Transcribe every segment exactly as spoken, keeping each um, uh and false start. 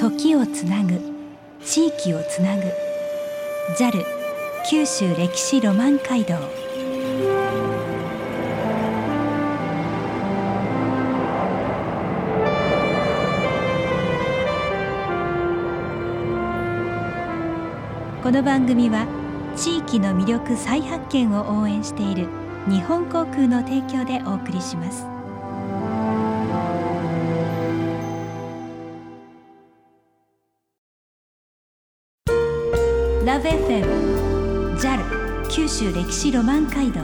時をつなぐ、地域をつなぐ ジャル 九州歴史ロマン街道。この番組は地域の魅力再発見を応援している日本航空の提供でお送りします。ラブ エフエム ジャル 九州歴史ロマン街道。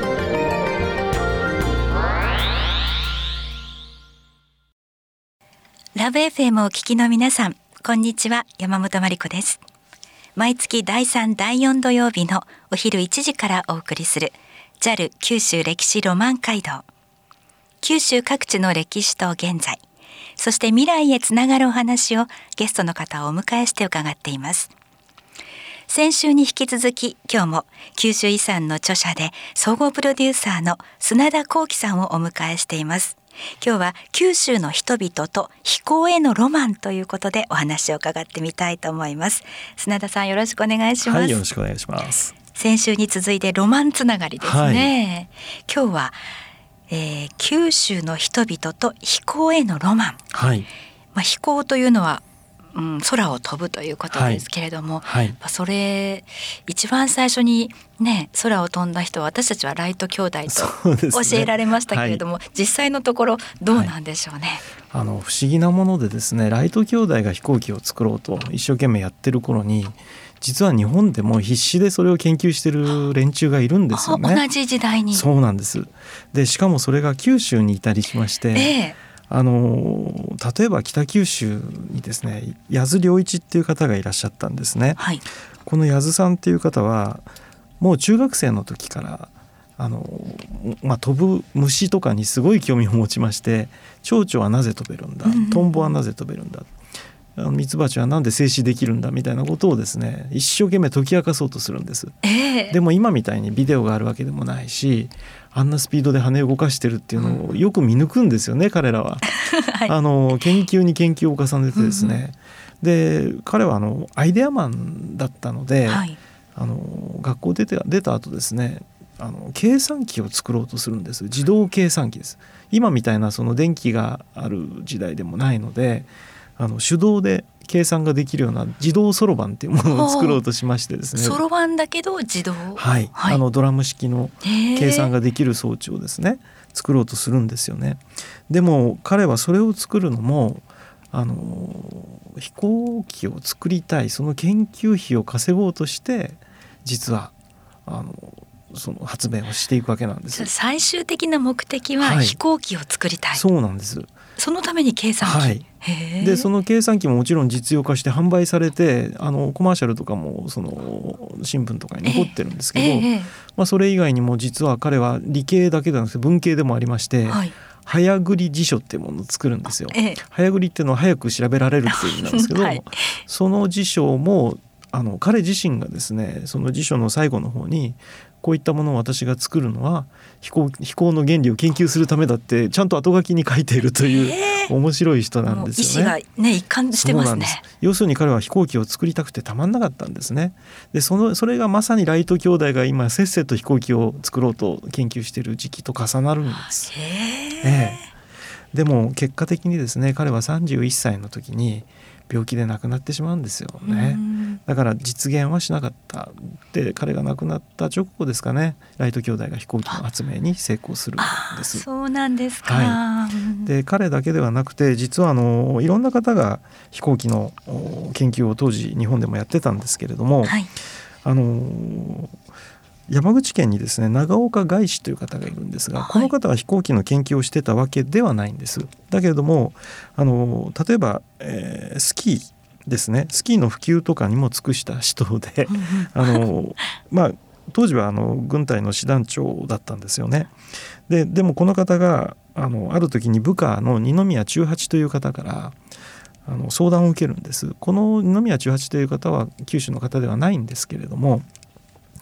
ラブ エフエム をお聞きの皆さん、こんにちは。山本真理子です。毎月だいさん、だいよん土曜日のお昼いちじからお送りする ジャル 九州歴史ロマン街道。九州各地の歴史と現在、そして未来へつながるお話をゲストの方をお迎えして伺っています。先週に引き続き、今日も九州遺産の著者で総合プロデューサーの砂田幸喜さんをお迎えしています。今日は九州の人々と飛行へのロマンということでお話を伺ってみたいと思います。砂田さん、よろしくお願いします。 はい、よろしくお願いします。 先週に続いてロマンつながりですね、はい、今日は、えー、九州の人々と飛行へのロマン、はい、まあ、飛行というのはうん、空を飛ぶということですけれども、はいはい、それ一番最初にね、空を飛んだ人は私たちはライト兄弟と教えられましたけれども、ね、はい、実際のところどうなんでしょうね。 はい、あの不思議なものでですね、ライト兄弟が飛行機を作ろうと一生懸命やってる頃に、実は日本でも必死でそれを研究してる連中がいるんですよね。 同じ時代に。 そうなんです。でしかもそれが九州にいたりしまして、えーあの例えば北九州にですね、矢津良一っていう方がいらっしゃったんですね、はい、この矢津さんっていう方はもう中学生の時からあの、まあ、飛ぶ虫とかにすごい興味を持ちまして、蝶々はなぜ飛べるんだ、トンボはなぜ飛べるんだ、ミツバチはなんで静止できるんだみたいなことをですね、一生懸命解き明かそうとするんです、えー、でも今みたいにビデオがあるわけでもないし、あんなスピードで羽を動かしてるっていうのをよく見抜くんですよね、彼らは、はい、あの研究に研究を重ねてですね、うんうん、で彼はあのアイデアマンだったので、はい、あの学校出て出た後ですね、あの計算機を作ろうとするんです。自動計算機です。今みたいなその電気がある時代でもないので、あの手動で計算ができるような自動そろばんっていうものを作ろうとしましてですね、 そろばんだけど自動、 はい、はい、あのドラム式の計算ができる装置をですね作ろうとするんですよね。でも彼はそれを作るのもあの飛行機を作りたい、その研究費を稼ごうとして実はあのその発明をしていくわけなんです。 最終的な目的は飛行機を作りたい、はい、 そうなんです。 そのために計算機、はい、 へでその計算機ももちろん実用化して販売されて、あのコマーシャルとかもその新聞とかに残ってるんですけど、えーえーまあ、それ以外にも実は彼は理系だけではなくて文系でもありまして、はい、早繰り辞書っていうものを作るんですよ、えー、早繰りっていうのは早く調べられるっていう意味なんですけど、はい、その辞書もあの彼自身がですね、その辞書の最後の方にこういったものを私が作るのは飛行、飛行の原理を研究するためだってちゃんと後書きに書いているという、えー、面白い人なんですよね。 意思がね、一貫してますね。 要するに彼は飛行機を作りたくてたまんなかったんですね。で そ, のそれがまさにライト兄弟が今せっせと飛行機を作ろうと研究している時期と重なるんです、えーえー、でも結果的にですね、彼はさんじゅういっさいの時に病気で亡くなってしまうんですよね。だから実現はしなかった。で彼が亡くなった直後ですかね、ライト兄弟が飛行機の発明に成功するんです。 そうなんですか、 はい、で彼だけではなくて、実はあのいろんな方が飛行機の研究を当時日本でもやってたんですけれども、はい、あの山口県にですね、長岡外史という方がいるんですが、この方は飛行機の研究をしてたわけではないんです。だけれどもあの例えば、えー、スキーですね、スキーの普及とかにも尽くした人であの、まあ、当時はあの軍隊の師団長だったんですよね。で、でもこの方があのある時に部下の二宮中八という方からあの相談を受けるんです。この二宮中八という方は九州の方ではないんですけれども、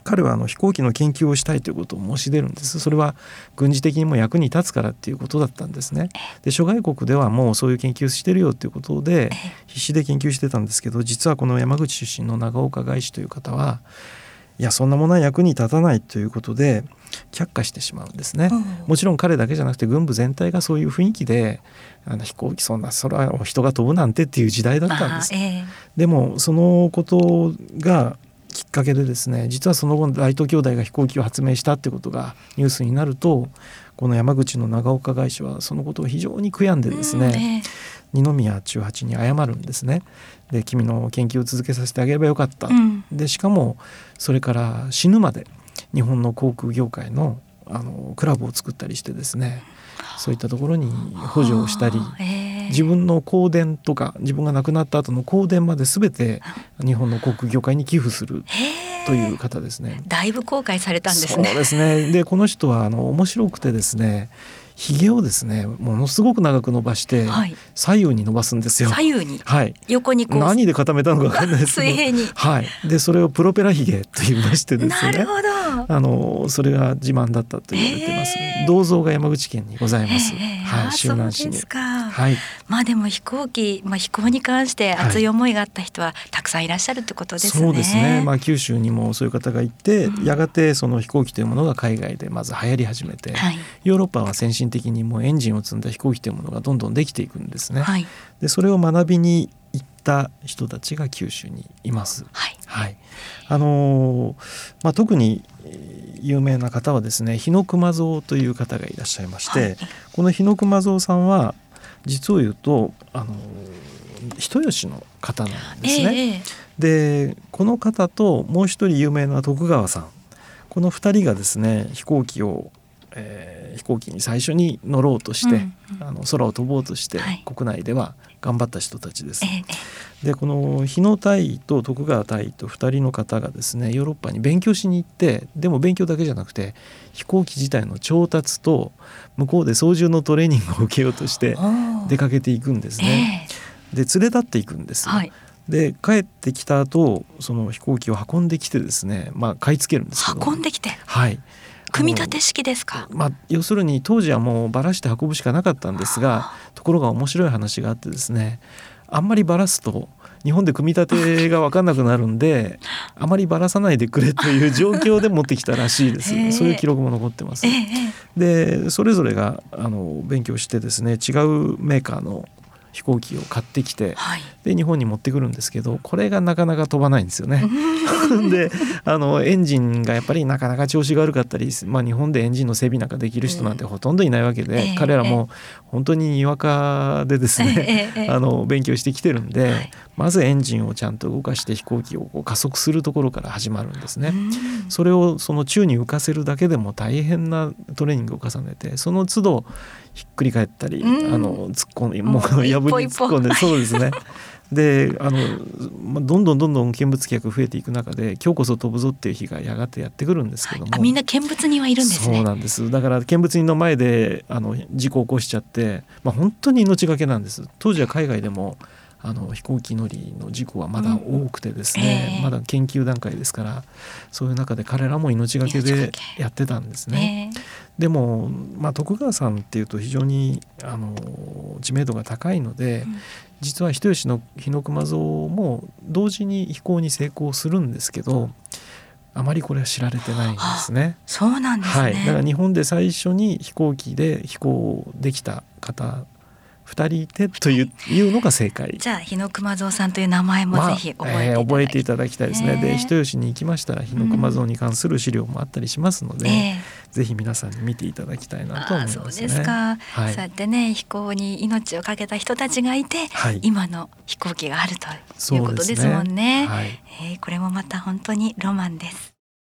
彼はあの飛行機の研究をしたいということを申し出るんです。それは軍事的にも役に立つからっていうことだったんですね。で諸外国ではもうそういう研究してるよということで必死で研究してたんですけど、実はこの山口出身の長岡外資という方はいやそんなものは役に立たないということで却下してしまうんですね、うん、もちろん彼だけじゃなくて軍部全体がそういう雰囲気であの飛行機そんな空を人が飛ぶなんてっていう時代だったんです、えー、でもそのことがきっかけでですね、実はその後ライト兄弟が飛行機を発明したってことがニュースになると、この山口の長岡外資はそのことを非常に悔やんでですね、うんえー、二宮中八に謝るんですね。で君の研究を続けさせてあげればよかった、うん、でしかもそれから死ぬまで日本の航空業界のあのクラブを作ったりしてですね、そういったところに補助をしたり、自分の香典とか自分が亡くなった後の香典まで全て日本の航空業界に寄付するという方ですね。 だいぶ後悔されたんですね。 そうですね。でこの人はあの面白くてですね、ひげをですねものすごく長く伸ばして、はい、左右に伸ばすんですよ。 左右に、 はい、 横にこう何で固めたのか分かんないですけど水平に、 はい、でそれをプロペラひげと言いましてですね、 なるほど、 あのそれが自慢だったと言われています。銅像が山口県にございます、はい、周南市に。 そうですか、 はい、 まあでも飛行機、まあ、飛行に関して熱い思いがあった人はたくさんいらっしゃるってことですね。 そうですね、まあ、九州にもそういう方がいて、うん、やがてその飛行機というものが海外でまず流行り始めて、はい、ヨーロッパは先進的にもうエンジンを積んだ飛行機というものがどんどんできていくんですね、はい、でそれを学びに行った人たちが九州にいます、はいはい、あのーまあ、特に有名な方はですね、日野熊蔵という方がいらっしゃいまして、はい、この日野熊蔵さんは実を言うとあのー、人吉の方なんですね、えー、でこの方ともう一人有名な徳川さん、この二人がですね飛行機をえー、飛行機に最初に乗ろうとして、うんうん、あの空を飛ぼうとして、はい、国内では頑張った人たちです、ええ、でこの日野大尉と徳川大尉とふたりの方がですねヨーロッパに勉強しに行って、でも勉強だけじゃなくて飛行機自体の調達と向こうで操縦のトレーニングを受けようとして出かけていくんですね、え、で連れ立っていくんです、はい、で帰ってきた後その飛行機を運んできてですね、まあ、買い付けるんですけど、 運んできて、 はい、 組み立て式ですか。 まあ、要するに当時はもうバラして運ぶしかなかったんですが、ところが面白い話があってですね、あんまりバラすと日本で組み立てが分かんなくなるんであまりバラさないでくれという状況で持ってきたらしいですそういう記録も残ってます。でそれぞれがあの勉強してですね、違うメーカーの飛行機を買ってきて、はい、で日本に持ってくるんですけど、これがなかなか飛ばないんですよねであのエンジンがやっぱりなかなか調子が悪かったり、まあ、日本でエンジンの整備なんかできる人なんてほとんどいないわけで、えー、彼らも本当ににわかでですね、えー、あの勉強してきてるんで、はい、まずエンジンをちゃんと動かして飛行機をこう加速するところから始まるんですね。それをその宙に浮かせるだけでも大変なトレーニングを重ねて、その都度ひっくり返ったり、あの突っ込んでもうやぶに突っ込んで、そうですねであの、まあ、どんどんどんどん見物客増えていく中で今日こそ飛ぶぞっていう日がやがてやってくるんですけども、 はい、あみんな見物人はいるんですね。 そうなんです。だから見物人の前であの事故を起こしちゃって、まあ、本当に命がけなんです。当時は海外でもあの飛行機乗りの事故はまだ多くてですね、うんえー、まだ研究段階ですから、そういう中で彼らも命がけでやってたんですね、えー、でも、まあ、徳川さんっていうと非常にあの知名度が高いので、うん、実は人吉の日野熊蔵も同時に飛行に成功するんですけど、あまりこれは知られてないんですね。 そうなんですね、 はい、だから日本で最初に飛行機で飛行できた方ふたりいてというのが正解。 じゃあ日野熊蔵さんという名前もぜひ覚えていただきたい、まあえー、覚えていただきたいですね。で人吉に行きましたら日野熊蔵に関する資料もあったりしますので、うんえー、ぜひ皆さんに見ていただきたいなと思いますね。 あ、そうですか、はい、そうやってね飛行に命をかけた人たちがいて、はい、今の飛行機があるということですもんね。はい、えー、これもまた本当にロマンです。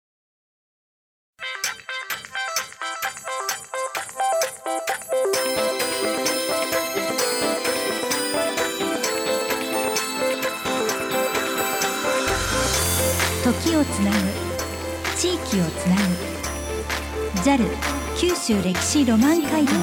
時をつなぐ、地域をつなぐ ジャル 九州歴史ロマン街道。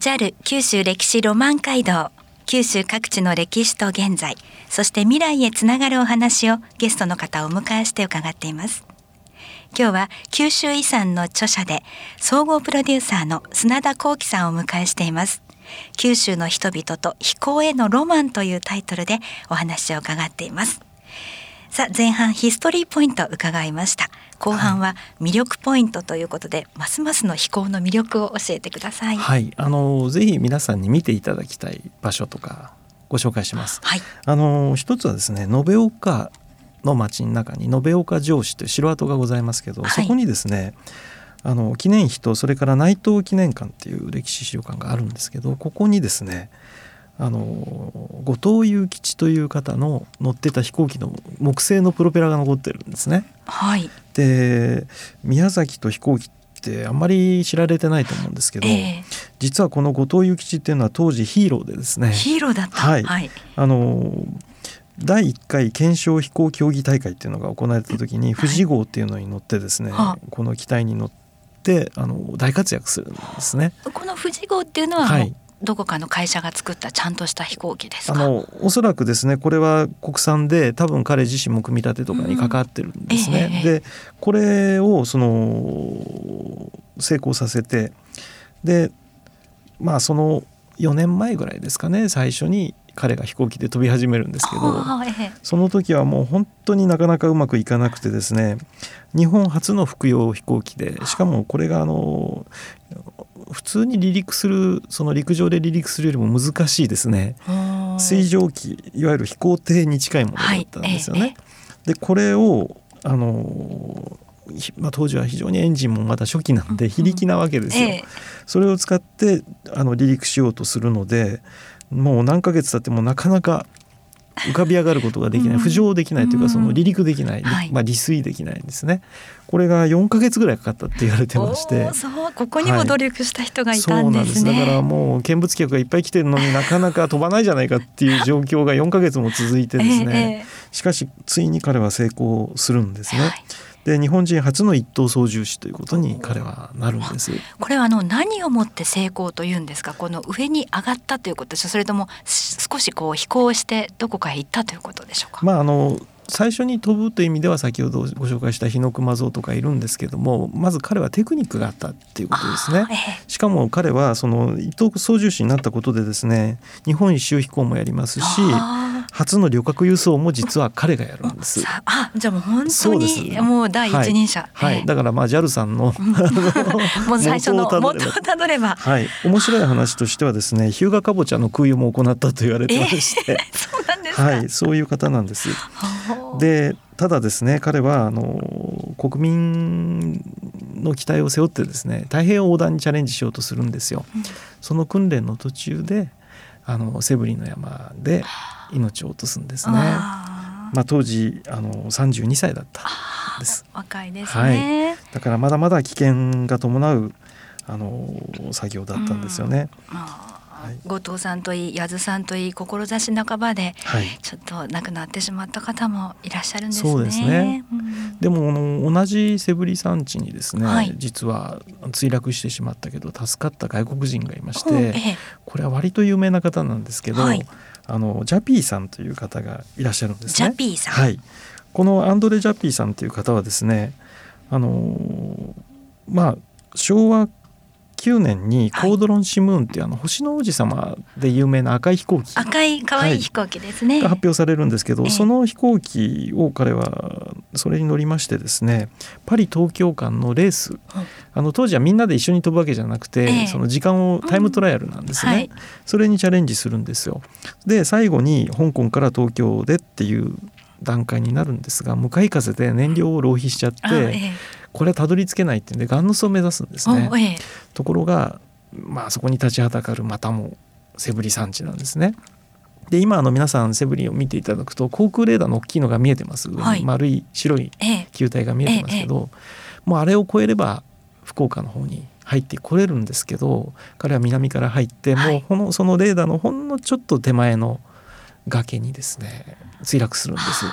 ジャル 九州歴史ロマン街道、九州各地の歴史と現在、そして未来へつながるお話をゲストの方をお迎えして伺っています。今日は九州遺産の著者で総合プロデューサーの砂田幸喜さんをお迎えしています。九州の人々と飛行へのロマンというタイトルでお話を伺っています。さあ、前半ヒストリーポイント伺いました。後半は魅力ポイントということで、はい、ますますの飛行の魅力を教えてください。 はい、あのぜひ皆さんに見ていただきたい場所とかご紹介します。 はい、 あの一つはですね、延岡の町の中に延岡城址という城跡がございますけど、はい、そこにですね、あの記念碑とそれから内藤記念館っていう歴史資料館があるんですけど、ここにですね、あの後藤祐吉という方の乗ってた飛行機の木製のプロペラが残ってるんですね。 はい、 で宮崎と飛行機ってあんまり知られてないと思うんですけど、えー、実はこの後藤祐吉っていうのは当時ヒーローでですね、 ヒーローだった、 はい、 はい、 あのだいいっかい検証飛行競技大会っていうのが行われた時に富士号っていうのに乗ってですね、はい、この機体に乗ってあの大活躍するんですね。 この富士号っていうのは、はい、どこかの会社が作ったちゃんとした飛行機ですか？ あのおそらくですね、これは国産で多分彼自身も組み立てとかに関わってるんですね、うんえー、でこれをその成功させて、でまあそのよねんまえぐらいですかね、最初に彼が飛行機で飛び始めるんですけど、えー、その時はもう本当になかなかうまくいかなくてですね、日本初の複用飛行機で、しかもこれがあの普通に離陸する、その陸上で離陸するよりも難しいですね、水上機、いわゆる飛行艇に近いものだったんですよね、はいえー、でこれをあの、まあ、当時は非常にエンジンもまだ初期なんで非力なわけですよ、えー、それを使ってあの離陸しようとするので、もう何ヶ月経ってもなかなか浮かび上がることができない、浮上できないというか、その離陸できない、まあ、離水できないんですね。これがよんかげつぐらいかかったって言われてまして、 そうここにも努力した人がいたんですね、はい、そうなんです。 だからもう見物客がいっぱい来てるのになかなか飛ばないじゃないかっていう状況がよんかげつも続いてですね、えー、しかしついに彼は成功するんですね、はい、で日本人初の一等操縦士ということに彼はなるんです。 これはあの何をもって成功というんですか？この上に上がったということですか？それとも少しこう飛行してどこかへ行ったということでしょうか？ まああの最初に飛ぶという意味では先ほどご紹介した日の熊蔵とかいるんですけども、まず彼はテクニックがあったっていうことですね、ええ、しかも彼はその一等操縦士になったことでですね、日本一周飛行もやりますし、初の旅客輸送も実は彼がやるんです。 あ、じゃあもう本当にもう第一人者、 はいはい、だからまあ ジャル さんのもう最初の元をたどれば、 はい、面白い話としてはですね、日向かぼちゃの空輸も行ったと言われてまして、 えー、そうなんですか、 はい、そういう方なんです。でただですね、彼はあの国民の期待を背負ってですね、太平洋横断にチャレンジしようとするんですよ、うん、その訓練の途中であのセブリの山で命を落とすんですね。あ、まあ、当時あのさんじゅうにさいだったんです。 若いですね、 はい、だからまだまだ危険が伴うあの作業だったんですよね、うん、 はい、後藤さんといい、矢津さんといい、志半ばでちょっと亡くなってしまった方もいらっしゃるんですね。 そうですね、うん、でもあの同じセブリ山地にですね、はい、実は墜落してしまったけど助かった外国人がいまして、ええ、これは割と有名な方なんですけど、はい、あのジャピーさんという方がいらっしゃるんですね。 ジャピーさん、 はい、このアンドレ・ジャピーさんという方はですね、あのまあ昭和きゅうねんにコードロン・シムーンっていうあの星の王子様で有名な赤い飛行機、 赤い可愛い飛行機ですね、 はい、が発表されるんですけど、ええ、その飛行機を彼はそれに乗りましてですね、パリ東京間のレース、うん、あの当時はみんなで一緒に飛ぶわけじゃなくて、ええ、その時間をタイムトライアルなんですね、うん、はい、それにチャレンジするんですよ。で最後に香港から東京でっていう段階になるんですが、向かい風で燃料を浪費しちゃって、ええ、これはたどり着けないっていうんでガンノスを目指すんですね、ええ、ところが、まあ、そこに立ちはだかるまたもセブリ山地なんですね。で今あの皆さんセブリを見ていただくと航空レーダーの大きいのが見えてます、はい、丸い白い球体が見えてますけど、ええ、もうあれを越えれば福岡の方に入ってこれるんですけど、彼は南から入って、はい、もうこのそのレーダーのほんのちょっと手前の崖にですね墜落するんです。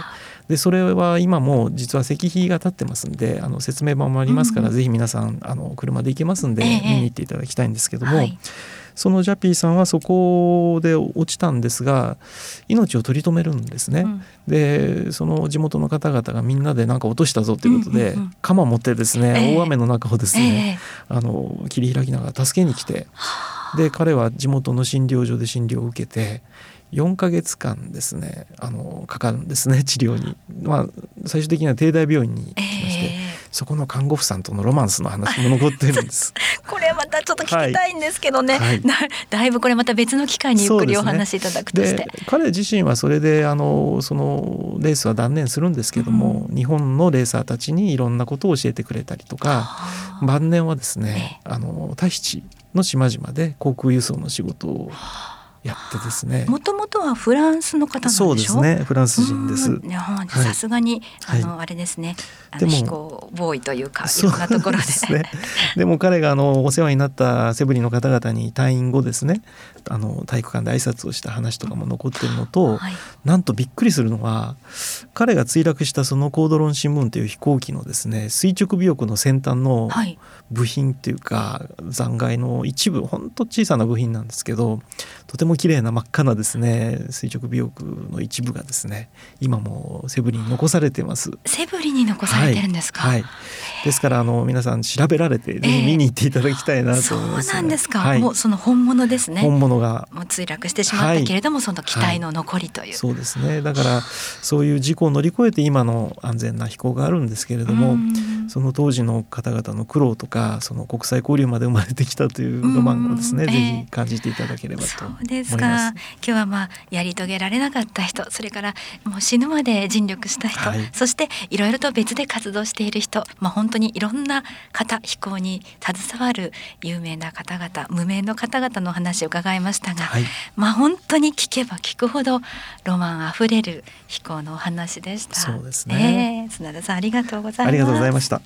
でそれは今も実は石碑が立ってますんで、あの説明版もありますから、うん、ぜひ皆さんあの車で行けますんで、ええ、見に行っていただきたいんですけども、はい、そのジャピーさんはそこで落ちたんですが命を取り留めるんですね、うん、でその地元の方々がみんなでなんか落としたぞということで、うんうんうん、鎌持ってですね、えー、大雨の中をですね、えー、あの切り開きながら助けに来て、で彼は地元の診療所で診療を受けてよんかげつかんですねあのかかるんですね、治療に。まあ、最終的には帝大病院に来まして、えー、そこの看護婦さんとのロマンスの話も残ってるんですこれまたちょっと聞きたいんですけどね、はいはい、だ, だいぶこれまた別の機会にゆっくりお話しいただくとして、 で彼自身はそれであのそのレースは断念するんですけども、うん、日本のレーサーたちにいろんなことを教えてくれたりとか、晩年はですね、あのタヒチの島々で航空輸送の仕事をやってですね、 もともとはフランスの方なんでしょ。 そうですね、フランス人です。 さすがに、はい、あのあれですね、あの飛行ボーイというかいろんなところ で, で, ね、 でも彼があのお世話になったセブリの方々に退院後ですね、あの体育館で挨拶をした話とかも残っているのと、はい、なんとびっくりするのは彼が墜落したそのコードロンシンムーンという飛行機のですね、垂直尾翼の先端の部品っていうか、はい、残骸の一部、ほんと小さな部品なんですけど、とても綺麗な真っ赤なですね垂直尾翼の一部がですね今もセブリに残されています。 セブリに残されてるんですか。 はいはい、ですからあの皆さん調べられて、ぜひ見に行っていただきたいなと思います、ね。 そうなんですか、 はい、 もうその本物ですね。 本物がもう墜落してしまったけれども、はい、その機体の残りという、はい、 そうですね。だからそういう事故を乗り越えて今の安全な飛行があるんですけれども、その当時の方々の苦労とか、その国際交流まで生まれてきたというロマンをですね、ぜひ感じていただければと思います。 そうですか。今日はまあやり遂げられなかった人、それからもう死ぬまで尽力した人、はい、そしていろいろと別で活動している人、まあ、本当にいろんな方、飛行に携わる有名な方々、無名の方々の話を伺いましたが、はい、まあ、本当に聞けば聞くほどロマンあふれる飛行のお話でした。 そうですね、 えー、砂田さんありがとうございます。 ありがとうございました。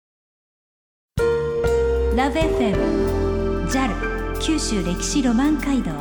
ラブ エフエム ジャル 九州歴史ロマン街道。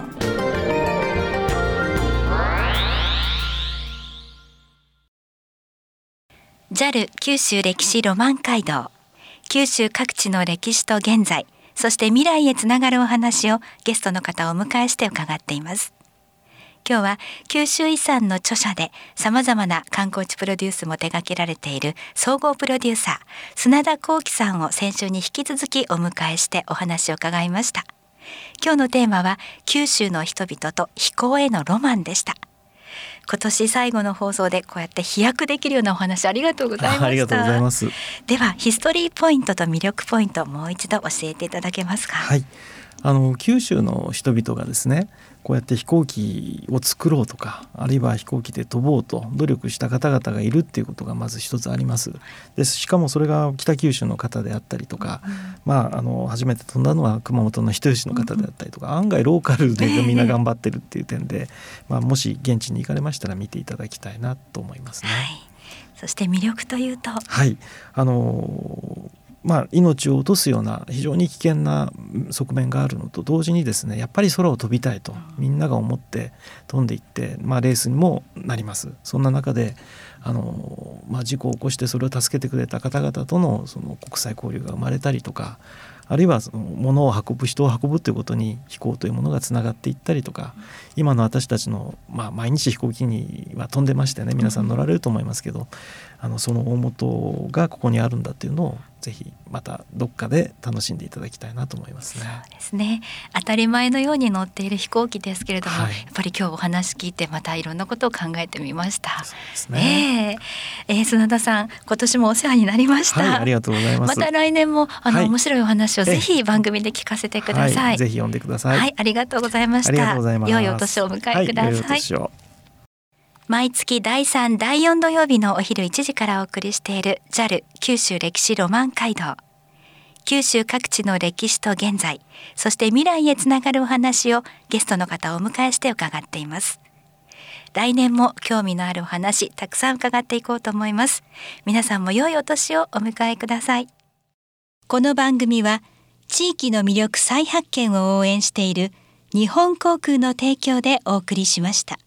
ジャル 九州歴史ロマン街道、九州各地の歴史と現在、そして未来へつながるお話をゲストの方をお迎えして伺っています。今日は九州遺産の著者でさまざまな観光地プロデュースも手掛けられている総合プロデューサー砂田幸喜さんを先週に引き続きお迎えしてお話を伺いました。今日のテーマは九州の人々と飛行へのロマンでした。今年最後の放送でこうやって飛躍できるようなお話ありがとうございました。 ありがとうございます。 ではヒストリーポイントと魅力ポイントをもう一度教えていただけますか。 はい、あの九州の人々がですね、こうやって飛行機を作ろうとか、あるいは飛行機で飛ぼうと努力した方々がいるっていうことがまず一つあります。でしかもそれが北九州の方であったりとか、うん、まあ、あの初めて飛んだのは熊本の人吉の方であったりとか、うん、案外ローカルでみんな頑張ってるっていう点で、えーまあ、もし現地に行かれましたら見ていただきたいなと思いますね。はい、 そして魅力というと、 はい、あのまあ、命を落とすような非常に危険な側面があるのと同時にですね、やっぱり空を飛びたいとみんなが思って飛んでいって、まあ、レースにもなります。そんな中であの、まあ、事故を起こしてそれを助けてくれた方々とのその国際交流が生まれたりとか、あるいはその物を運ぶ、人を運ぶということに飛行というものがつながっていったりとか、今の私たちの、まあ、毎日飛行機には飛んでましてね、皆さん乗られると思いますけど、あのその大元がここにあるんだというのをぜひまたどっかで楽しんでいただきたいなと思いますね。 そうですね、当たり前のように乗っている飛行機ですけれども、はい、やっぱり今日お話聞いてまたいろんなことを考えてみました。 そうですね、 えーえー、砂田さん今年もお世話になりました。 はい、ありがとうございます。 また来年もあの、はい、面白いお話をぜひ番組で聞かせてください。 はい、ぜひ読んでください。 はい、ありがとうございました。 ありがとうございます。 良いお年をお迎えください。はい、良いお年を。 毎月だいさん、だいよん土曜日のお昼いちじからお送りしている ジャル 九州歴史ロマン街道。九州各地の歴史と現在、そして未来へつながるお話をゲストの方をお迎えして伺っています。来年も興味のあるお話たくさん伺っていこうと思います。皆さんも良いお年をお迎えください。この番組は地域の魅力再発見を応援している日本航空の提供でお送りしました。